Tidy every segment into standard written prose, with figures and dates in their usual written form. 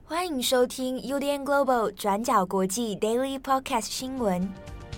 欢迎收听 UDN Global 转角国际 Daily Podcast 新闻。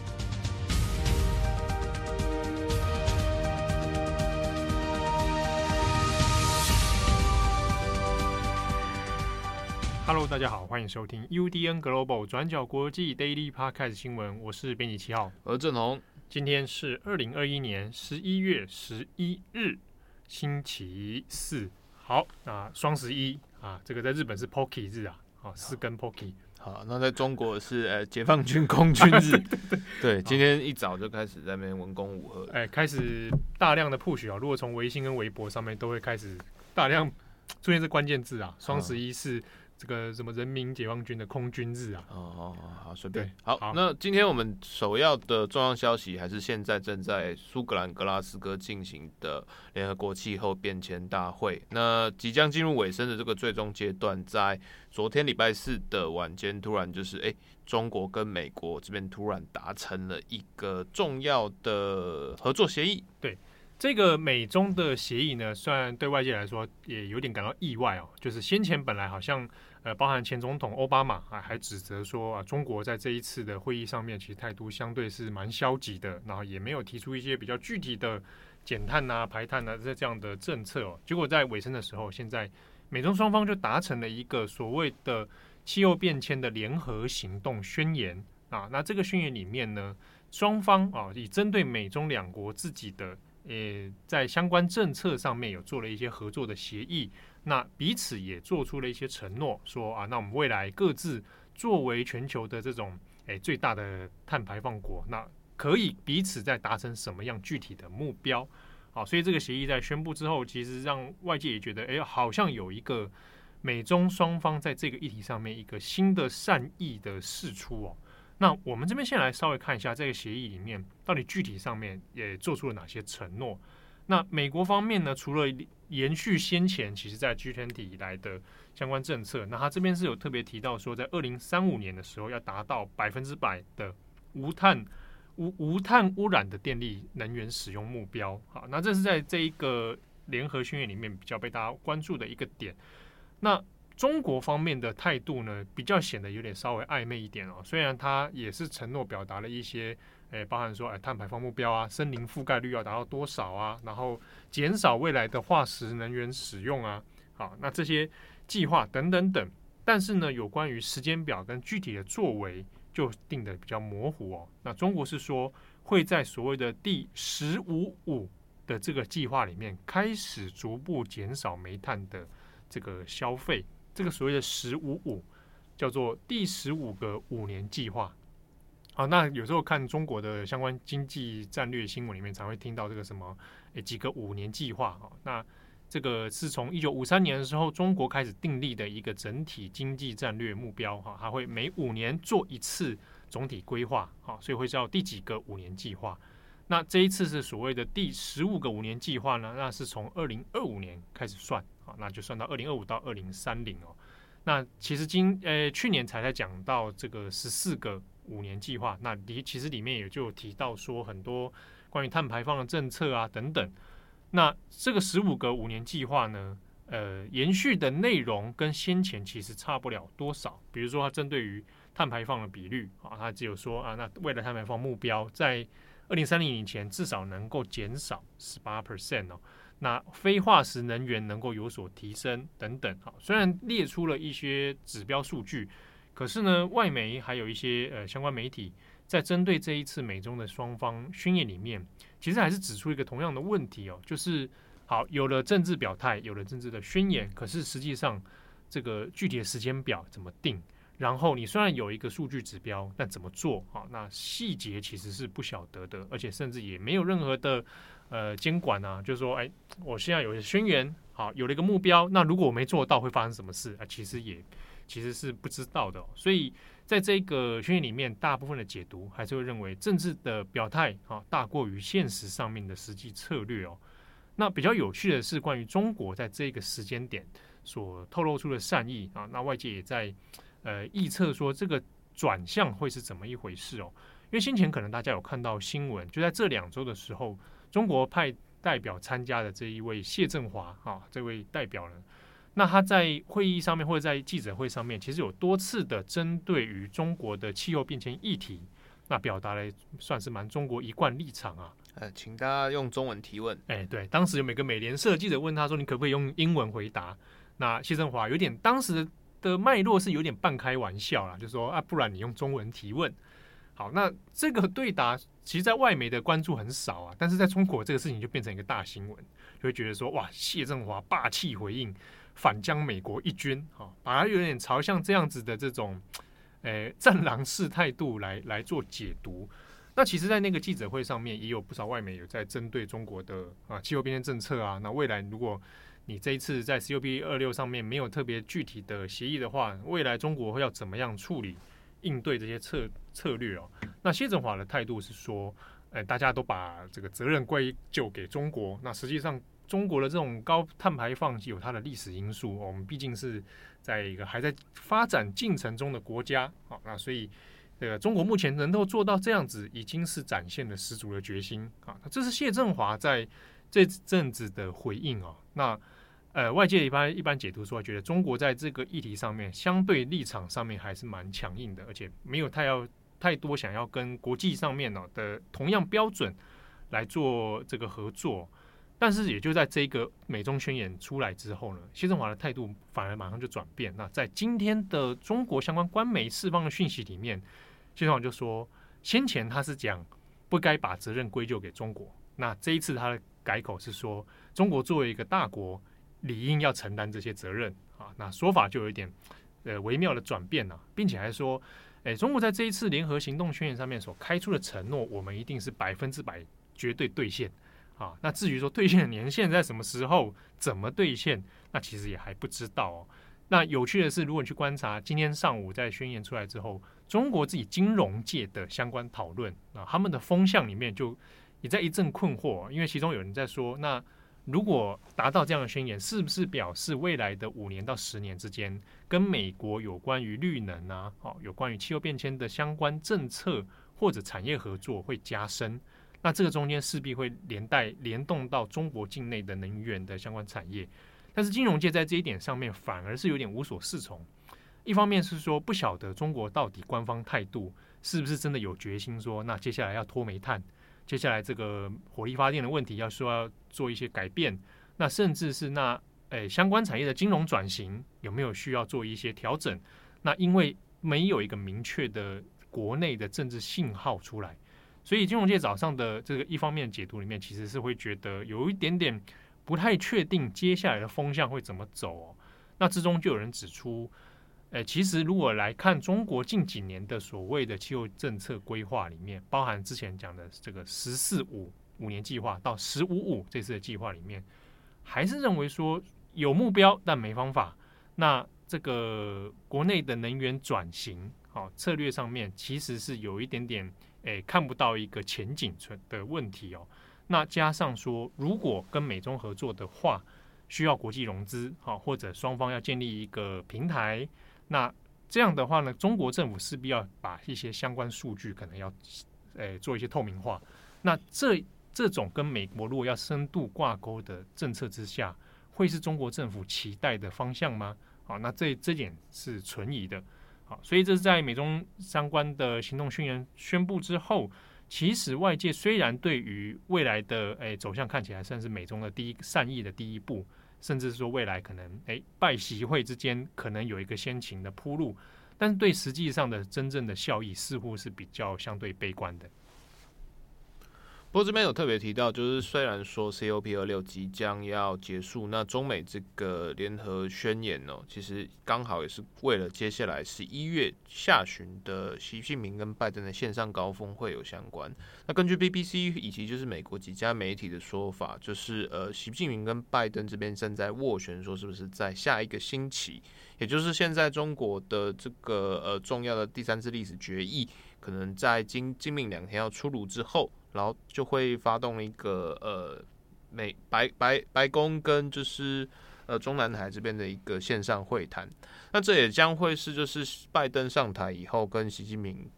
Hello， 大家好，欢迎收听 UDN Global 转角国际 Daily Podcast 新闻，我是编辑7号， 我是郑宏。 今天是2021年11月11日，星期四。好，那双11啊，这个在日本是 Pocky 日啊，四根 Pocky。 好，那在中国是解放军空军日。对，今天一早就开始在那边文攻武吓， 开始大量的 push 啊，如果从微信跟微博上面都会开始大量出现这关键字啊，双11是这个什么人民解放军的空军日啊。 好，随便。 好， 那今天我们首要的重要消息还是现在正在苏格兰格拉斯哥进行的联合国气候变迁大会，那即将进入尾声的这个最终阶段，在昨天礼拜四的晚间，突然就是中国跟美国这边突然达成了一个重要的合作协议。 对。这个美中的协议呢，虽然对外界来说也有点感到意外哦，就是先前本来好像包含前总统奥巴马还指责说中国在这一次的会议上面其实态度相对是蛮消极的，然后也没有提出一些比较具体的减碳啊、排碳啊这样的政策哦。结果在尾声的时候，现在美中双方就达成了一个所谓的气候变迁的联合行动宣言啊。那这个宣言里面呢，双方以针对美中两国自己的在相关政策上面有做了一些合作的协议，那彼此也做出了一些承诺，说那我们未来各自作为全球的这种最大的碳排放国，那可以彼此在达成什么样具体的目标。好，所以这个协议在宣布之后，其实让外界也觉得好像有一个美中双方在这个议题上面一个新的善意的释出哦。那我们这边先来稍微看一下这个协议里面到底具体上面也做出了哪些承诺。那美国方面呢，除了延续先前其实在 G20 以来的相关政策，那他这边是有特别提到说，在2035年的时候要达到100%的无碳污染的电力能源使用目标。好，那这是在这一个联合宣言里面比较被大家关注的一个点。那中国方面的态度呢，比较显得有点稍微暧昧一点哦。虽然他也是承诺表达了一些，包含说碳排放目标啊，森林覆盖率要达到多少啊，然后减少未来的化石能源使用啊，好，那这些计划等等等。但是呢，有关于时间表跟具体的作为就定得比较模糊哦。那中国是说会在所谓的第15.5的这个计划里面开始逐步减少煤炭的这个消费。这个所谓的15.5叫做第15个5年计划。好，那有时候看中国的相关经济战略新闻里面，常会听到这个什么几个5年计划。那这个是从1953年的时候，中国开始订立的一个整体经济战略目标，它会每5年做一次总体规划，所以会叫第几个5年计划。那这一次是所谓的第15个5年计划呢，那是从2025年开始算，那就算到2025到2030哦。那其实去年才讲到这个14个5年计划，那其实里面也就有提到说很多关于碳排放的政策啊等等。那这个15个5年计划呢，延续的内容跟先前其实差不了多少。比如说它针对于碳排放的比率它只有说那未来碳排放目标在2030年前至少能够减少18%哦。那非化石能源能够有所提升等等。虽然列出了一些指标数据，可是呢，外媒还有一些相关媒体在针对这一次美中的双方宣言里面，其实还是指出一个同样的问题哦，就是好，有了政治表态，有了政治的宣言，可是实际上这个具体的时间表怎么定？然后你虽然有一个数据指标，但怎么做那细节其实是不晓得的，而且甚至也没有任何的监管啊，就是说我现在有一个宣言，好，有了一个目标，那如果我没做到会发生什么事其实是不知道的所以在这个宣言里面，大部分的解读还是会认为政治的表态大过于现实上面的实际策略哦。那比较有趣的是，关于中国在这个时间点所透露出的善意那外界也在臆测说这个转向会是怎么一回事哦。因为先前可能大家有看到新闻，就在这2周的时候，中国派代表参加的这一位谢振华这位代表呢， 那他在会议上面或者在记者会上面，其实有多次的针对于中国的气候变迁议题，那表达了算是蛮中国一贯立场啊。 请大家用中文提问。 对，当时有每个美联社记者问他说：“你可不可以用英文回答？”那谢振华有点当时的脉络是有点半开玩笑啦，就说不然你用中文提问。好，那这个对答其实在外媒的关注很少啊，但是在中国这个事情就变成一个大新闻，就会觉得说哇，谢振华霸气回应，反将美国一军，把它有点朝向这样子的这种战狼式态度来做解读。那其实，在那个记者会上面，也有不少外媒有在针对中国的气候变迁政策啊。那未来如果你这一次在 COP26 上面没有特别具体的协议的话，未来中国会要怎么样处理应对这些策略哦？那谢振华的态度是说，大家都把这个责任归咎给中国。那实际上，中国的这种高碳排放有它的历史因素，我们毕竟是在一个还在发展进程中的国家，那所以。中国目前能够做到这样子，已经是展现了十足的决心啊！这是谢振华在这阵子的回应哦。那外界一般解读说，觉得中国在这个议题上面，相对立场上面还是蛮强硬的，而且没有太多想要跟国际上面的同样标准来做这个合作。但是也就在这个美中宣言出来之后呢，谢振华的态度反而马上就转变。那在今天的中国相关官媒释放的讯息里面，谢振华就说，先前他是讲不该把责任归咎给中国，那这一次他的改口是说，中国作为一个大国，理应要承担这些责任啊。那说法就有一点微妙的转变啊，并且还说，中国在这一次联合行动宣言上面所开出的承诺，我们一定是100%绝对兑现。那至于说兑现的年限在什么时候，怎么兑现，那其实也还不知道哦。那有趣的是，如果你去观察今天上午在宣言出来之后，中国自己金融界的相关讨论他们的风向里面就也在一阵困惑，因为其中有人在说，那如果达到这样的宣言，是不是表示未来的5年到10年之间，跟美国有关于绿能有关于气候变迁的相关政策或者产业合作会加深？那这个中间势必会联动到中国境内的能源的相关产业，但是金融界在这一点上面反而是有点无所适从。一方面是说不晓得中国到底官方态度是不是真的有决心说，那接下来要脱煤炭，接下来这个火力发电的问题要做一些改变，那甚至是相关产业的金融转型有没有需要做一些调整？那因为没有一个明确的国内的政治信号出来。所以金融界早上的这个一方面解读里面，其实是会觉得有一点点不太确定接下来的风向会怎么走哦。那之中就有人指出，其实如果来看中国近几年的所谓的气候政策规划里面，包含之前讲的这个14-5年计划到15-5这次的计划里面，还是认为说有目标但没方法。那这个国内的能源转型策略上面，其实是有一点点。看不到一个前景的问题哦。那加上说，如果跟美中合作的话，需要国际融资或者双方要建立一个平台，那这样的话呢，中国政府势必要把一些相关数据可能要做一些透明化。那这种跟美国如果要深度挂钩的政策之下，会是中国政府期待的方向吗？那这点是存疑的。好，所以这是在美中相关的行动宣言宣布之后，其实外界虽然对于未来的走向看起来算是美中的善意的第一步，甚至说未来可能拜习会之间可能有一个先行的铺路，但是对实际上的真正的效益似乎是比较相对悲观的。 不过这边有特别提到，就是虽然说 COP26 即将要结束，那中美这个联合宣言其实刚好也是为了接下来11月下旬的习近平跟拜登的线上高峰会有相关。那根据 BBC 以及就是美国几家媒体的说法，就是习近平跟拜登这边正在斡旋，说是不是在下一个星期，也就是现在中国的这个重要的第3次历史决议，可能在今明2天要出炉之后。然后就会发动一个白宫跟就是中南海这边的一个线上会谈，那这也将会是就是拜登上台以后跟习近平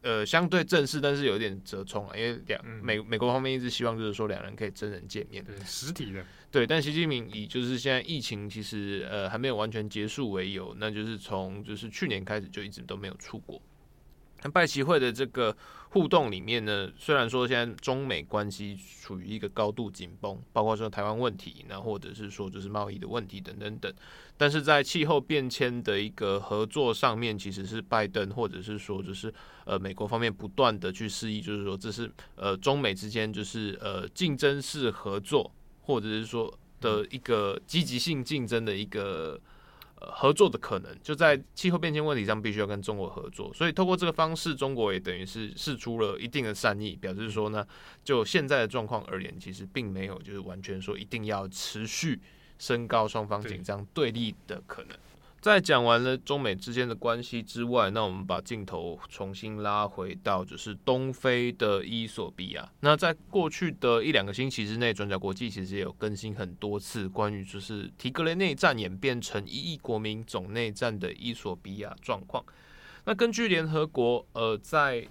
相对正式，但是有点折冲啊，因为美国方面一直希望就是说两人可以真人见面， 对，实体的。 对，但习近平以就是现在疫情其实还没有完全结束为由，那就是从就是去年开始就一直都没有出国。那拜习会的这个互动里面呢，虽然说现在中美关系处于一个高度紧绷，包括说台湾问题，那或者是说就是贸易的问题等等等，但是在气候变迁的一个合作上面，其实是拜登或者是说就是美国方面不断的去示意，就是说这是中美之间就是竞争式合作，或者是说的一个积极性竞争的一个合作的可能，就在气候变迁问题上必须要跟中国合作，所以透过这个方式，中国也等于是释出了一定的善意，表示说呢，就现在的状况而言，其实并没有就是完全说一定要持续升高双方紧张对立的可能。在讲完了中美之间的关系之外，那我们把镜头重新拉回到就是东非的伊索比亚。那在过去的1-2个星期之内，转角国际其实也有更新很多次关于就是提格雷内战演变成1亿国民总内战的伊索比亚状况。那根据联合国在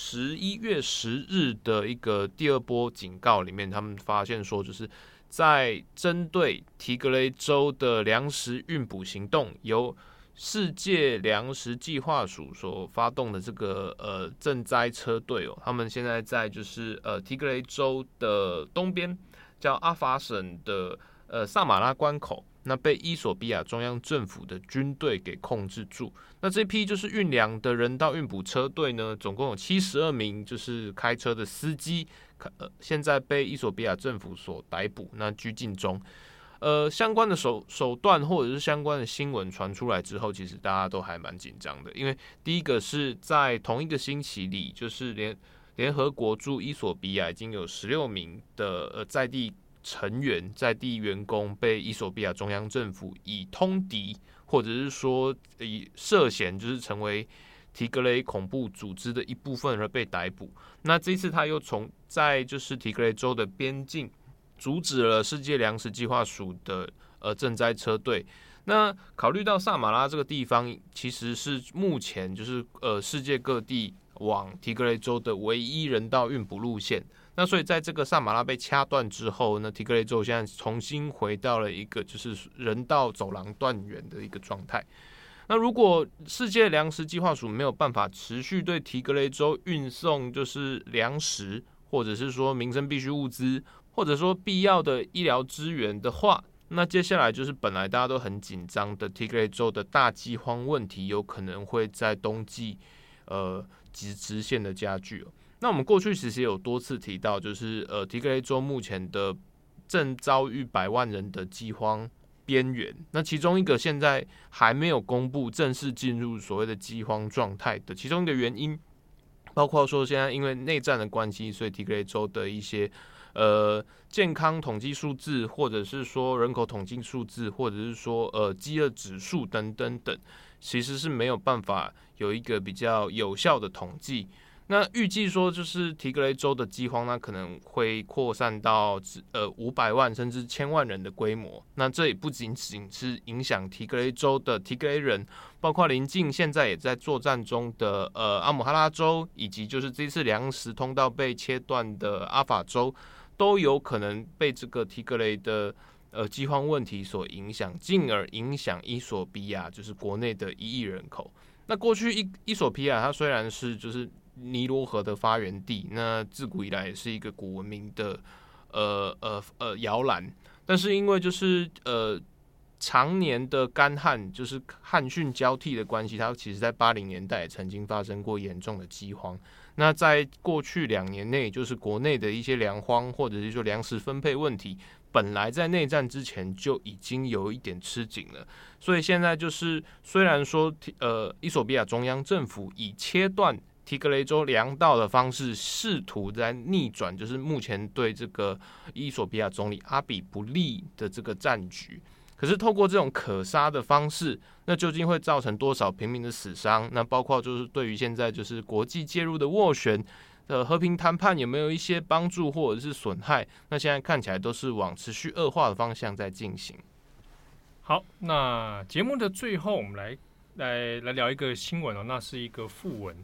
11月10日的一个第2波警告里面，他们发现说就是在针对提格雷州的粮食运补行动，由世界粮食计划署所发动的这个赈灾车队他们现在在就是提格雷州的东边叫阿法省的萨马拉关口，那被伊索比亚中央政府的军队给控制住。那这批就是运粮的人道运补车队呢，总共有72名就是开车的司机，现在被伊索比亚政府所逮捕，那拘禁中。相关的手段或者是相关的新闻传出来之后，其实大家都还蛮紧张的，因为第一个是在同一个星期里，就是联合国驻伊索比亚已经有16名的在地成员、在地员工被伊索比亚中央政府以通敌，或者是说以涉嫌就是成为提格雷恐怖组织的一部分而被逮捕。那这次他又在就是提格雷州的边境阻止了世界粮食计划署的赈灾车队。那考虑到萨马拉这个地方其实是目前就是世界各地往提格雷州的唯一人道运补路线，那所以在这个萨马拉被掐断之后呢，提格雷州现在重新回到了一个就是人道走廊断源的一个状态。那如果世界粮食计划署没有办法持续对提格雷州运送就是粮食，或者是说民生必需物资，或者说必要的医疗资源的话，那接下来就是本来大家都很紧张的提格雷州的大饥荒问题，有可能会在冬季直线的加剧。那我们过去其实有多次提到，就是提格雷州目前的正遭遇100万人的饥荒边缘。那其中一个现在还没有公布正式进入所谓的饥荒状态的其中一个原因，包括说现在因为内战的关系，所以提格雷州的一些健康统计数字，或者是说人口统计数字，或者是说饥饿指数等等等，其实是没有办法有一个比较有效的统计。那预计说，就是提格雷州的饥荒，那可能会扩散到500万甚至1000万人的规模。那这也不仅仅是影响提格雷州的提格雷人，包括邻近现在也在作战中的阿姆哈拉州，以及就是这次粮食通道被切断的阿法州，都有可能被这个提格雷的饥荒问题所影响，进而影响伊索比亚就是国内的1亿人口。那过去伊索比亚它虽然是就是尼罗河的发源地，那自古以来也是一个古文明的摇篮，但是因为就是常年的干旱，就是旱汛交替的关系，它其实在80年代也曾经发生过严重的饥荒。那在过去2年内，就是国内的一些粮荒或者是说粮食分配问题，本来在内战之前就已经有一点吃紧了，所以现在就是虽然说伊索比亚中央政府以切断提格雷州粮道的方式试图在逆转，就是目前对这个伊索比亚总理阿比不利的这个战局。可是透过这种可杀的方式，那究竟会造成多少平民的死伤？那包括就是对于现在就是国际介入的斡旋的和平谈判有没有一些帮助或者是损害？那现在看起来都是往持续恶化的方向在进行。 好，那节目的最后，我们来聊一个新闻那是一个讣文。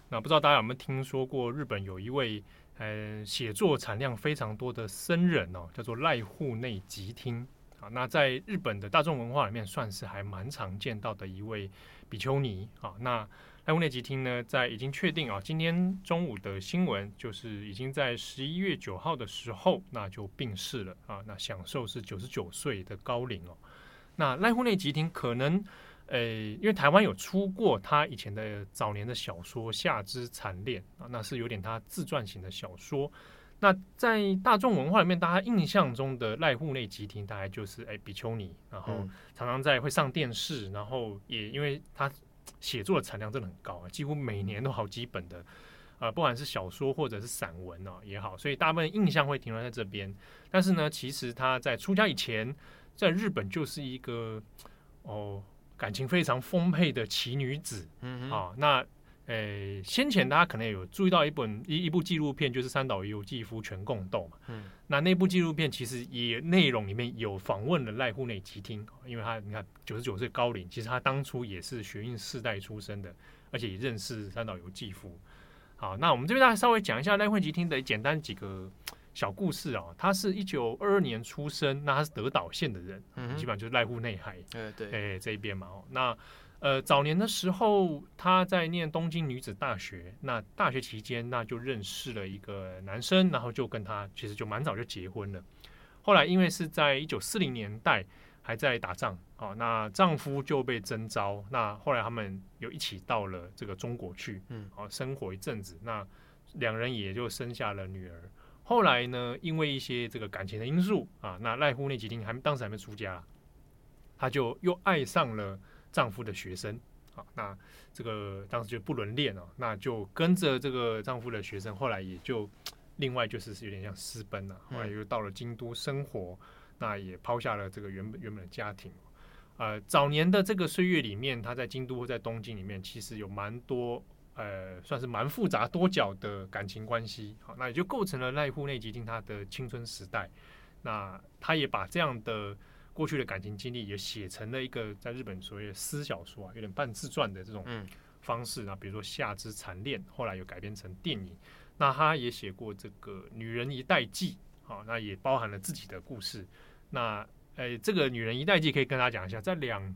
那不知道大家有没有听说过，日本有一位写作产量非常多的僧人哦，叫做濑户内吉町啊。那在日本的大众文化里面，算是还蛮常见到的一位比丘尼啊。那濑户内吉町呢，在已经确定啊，今天中午的新闻就是已经在11月9号的时候，那就病逝了啊。那享受是99岁的高龄哦。那濑户内吉町可能因为台湾有出过他以前的早年的小说《夏之残恋》啊，那是有点他自传型的小说。那在大众文化里面，大家印象中的濑户内吉町大概就是比丘尼，然后常常会上电视，然后也因为他写作的产量真的很高啊，几乎每年都好几本的不管是小说或者是散文也好，所以大部分印象会停留在这边。但是呢，其实他在出家以前，在日本就是一个感情非常丰沛的奇女子那先前大家可能也有注意到一部纪录片，就是三岛由纪夫全共斗嘛。那部纪录片其实也内容里面有访问了濑户内吉町，因为他你看99岁高龄，其实他当初也是学运世代出身的，而且也认识三岛由纪夫。好，那我们这边大家稍微讲一下濑户内吉町的简单几个小故事啊。他是1922年出生，那他是德岛县的人，基本上就是濑户内海这一边嘛。那早年的时候，他在念东京女子大学，那大学期间那就认识了一个男生，然后就跟他其实就蛮早就结婚了。后来因为是在1940年代还在打仗那丈夫就被征召，那后来他们有一起到了这个中国去生活一阵子，那两人也就生下了女儿。后来呢，因为一些这个感情的因素那濑户内吉町当时还没出家，她就又爱上了丈夫的学生那这个当时就不伦恋那就跟着这个丈夫的学生，后来也就另外就是有点像私奔后来又到了京都生活，那也抛下了这个原本的家庭。早年的这个岁月里面，他在京都或在东京里面，其实有蛮多算是蛮复杂多角的感情关系。好，那也就构成了濑户内吉町他的青春时代。那他也把这样的过去的感情经历也写成了一个在日本所谓的私小说有点半自传的这种方式比如说《夏之残恋》，后来有改编成电影。那他也写过这个《女人一代记》那也包含了自己的故事。那这个《女人一代记》可以跟大家讲一下，在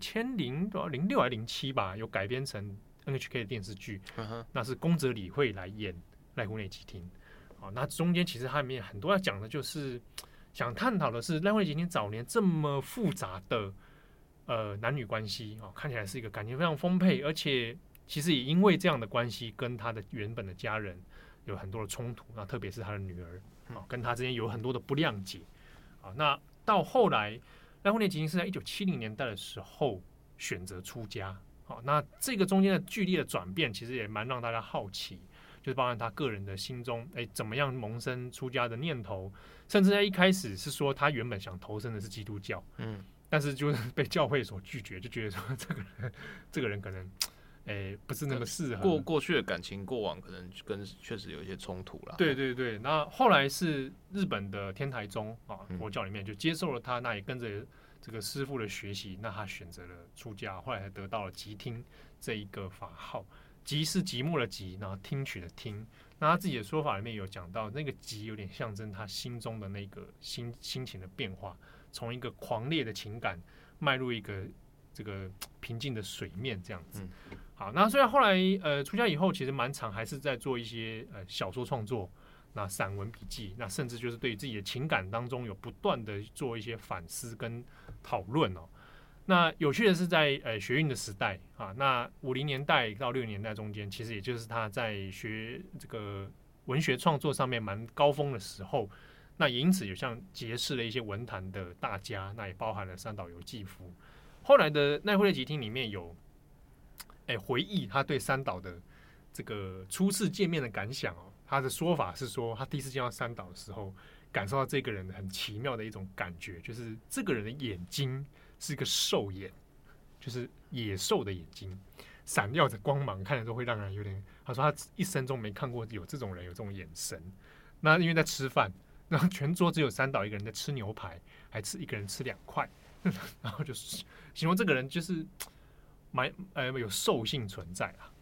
2006还07吧，有改编成 NHK 的电视剧，那是宫泽理惠来演濑户内吉町。那中间其实它里面很多要讲的就是想探讨的是濑户内吉町早年这么复杂的男女关系看起来是一个感情非常丰沛，而且其实也因为这样的关系跟他的原本的家人有很多的冲突，那特别是他的女儿跟他之间有很多的不谅解那到后来濑户内吉町是在1970年代的时候选择出家那这个中间的剧烈的转变其实也蛮让大家好奇，就是包含他个人的心中怎么样萌生出家的念头，甚至在一开始是说他原本想投身的是基督教但是就是被教会所拒绝，就觉得说这个人可能不是那么适合。 过去的感情过往可能跟确实有一些冲突啦。 对对对，那后来是日本的天台宗佛教里面就接受了他，那也跟着这个师父的学习，那他选择了出家，后来才得到了吉町这一个法号。吉是寂寞的吉，然后听取的听。那他自己的说法里面有讲到，那个吉有点象征他心中的那个心情的变化，从一个狂烈的情感迈入一个这个平静的水面这样子。好，那虽然后来出家以后，其实蛮常还是在做一些小说创作，那散文笔记，那甚至就是对自己的情感当中有不断的做一些反思跟讨论那有趣的是在学运的时代那50年代到60年代中间，其实也就是他在学这个文学创作上面蛮高峰的时候，那也因此有像结识了一些文坛的大家，那也包含了三岛由纪夫。后来的濑户内吉町里面有回忆他对三岛的这个初次见面的感想他的说法是说，他第一次见到三岛的时候，感受到这个人很奇妙的一种感觉，就是这个人的眼睛是一个兽眼，就是野兽的眼睛，闪耀着光芒，看的时候会让人有点。他说他一生中没看过有这种人有这种眼神。那因为在吃饭，然后全桌只有三岛一个人在吃牛排，还一个人吃2块，然后就是形容这个人就是有兽性存在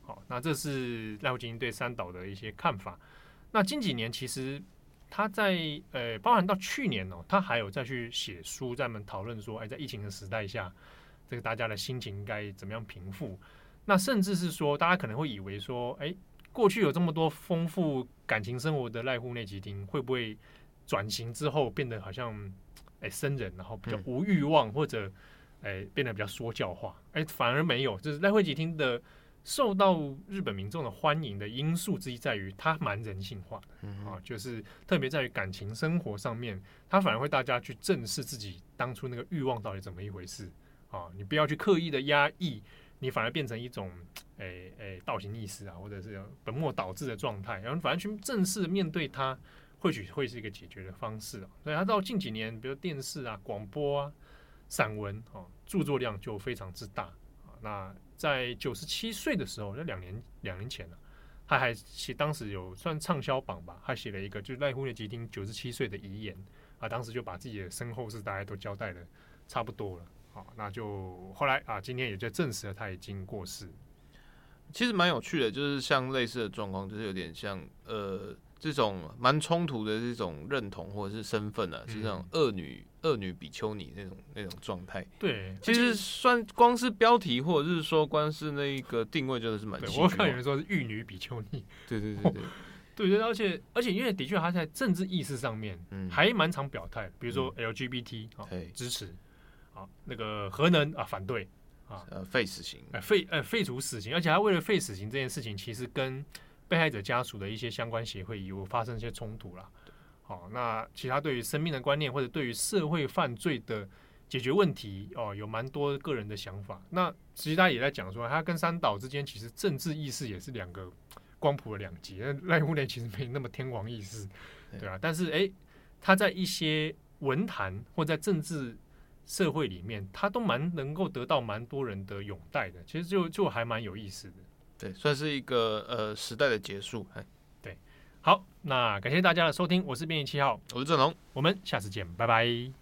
好，那这是赖慧晶对三岛的一些看法。那近几年其实他在包含到去年他还有再去写书，在们讨论说，在疫情的时代下，这个大家的心情该怎么样平复？那甚至是说，大家可能会以为说，过去有这么多丰富感情生活的濑户内吉町，会不会转型之后变得好像僧人，然后比较无欲望，或者变得比较说教化？反而没有，就是濑户内吉町的受到日本民众的欢迎的因素之一在于，它蛮人性化的就是特别在于感情生活上面，它反而会大家去正视自己当初那个欲望到底怎么一回事你不要去刻意的压抑，你反而变成一种倒行逆施或者是本末倒置的状态，然后反而去正式面对它，或许会是一个解决的方式所以它到近几年，比如电视广播散文著作量就非常之大那在97岁的时候，那2年前他还写，当时有算畅销榜吧，他写了一个就是濑户内吉町97岁的遗言当时就把自己的身后事大家都交代的差不多了那就后来今天也就证实了他已经过世。 其实蛮有趣的，就是像类似的状况，就是有点像这种蛮冲突的这种认同或者是身份是这种恶女比丘尼那种状态。 对， 其实算光是标题或者是说光是那个定位，真的是蛮戏剧化。 我看有人说是玉女比丘尼。对，而且因为的确他在政治意识上面还蛮常表态，比如说 LGBT 支持那个核能反对废死刑废除死刑，而且他为了废死刑这件事情，其实跟被害者家属的一些相关协会有发生一些冲突啦。那其他对于生命的观念或者对于社会犯罪的解决问题有蛮多个人的想法。那其实他也在讲说，他跟三岛之间其实政治意识也是两个光谱的两极。濑户内其实没那么天皇意识，对但是他在一些文坛或在政治社会里面，他都蛮能够得到蛮多人的拥戴的，其实就还蛮有意思的。 对，算是一个时代的结束。 对，好，那感谢大家的收听，我是编辑7号， 我是郑龙， 我们下次见，拜拜。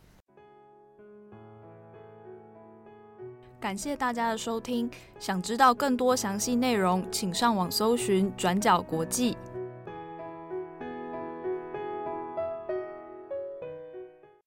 感谢大家的收听，想知道更多详细内容，请上网搜寻转角国际。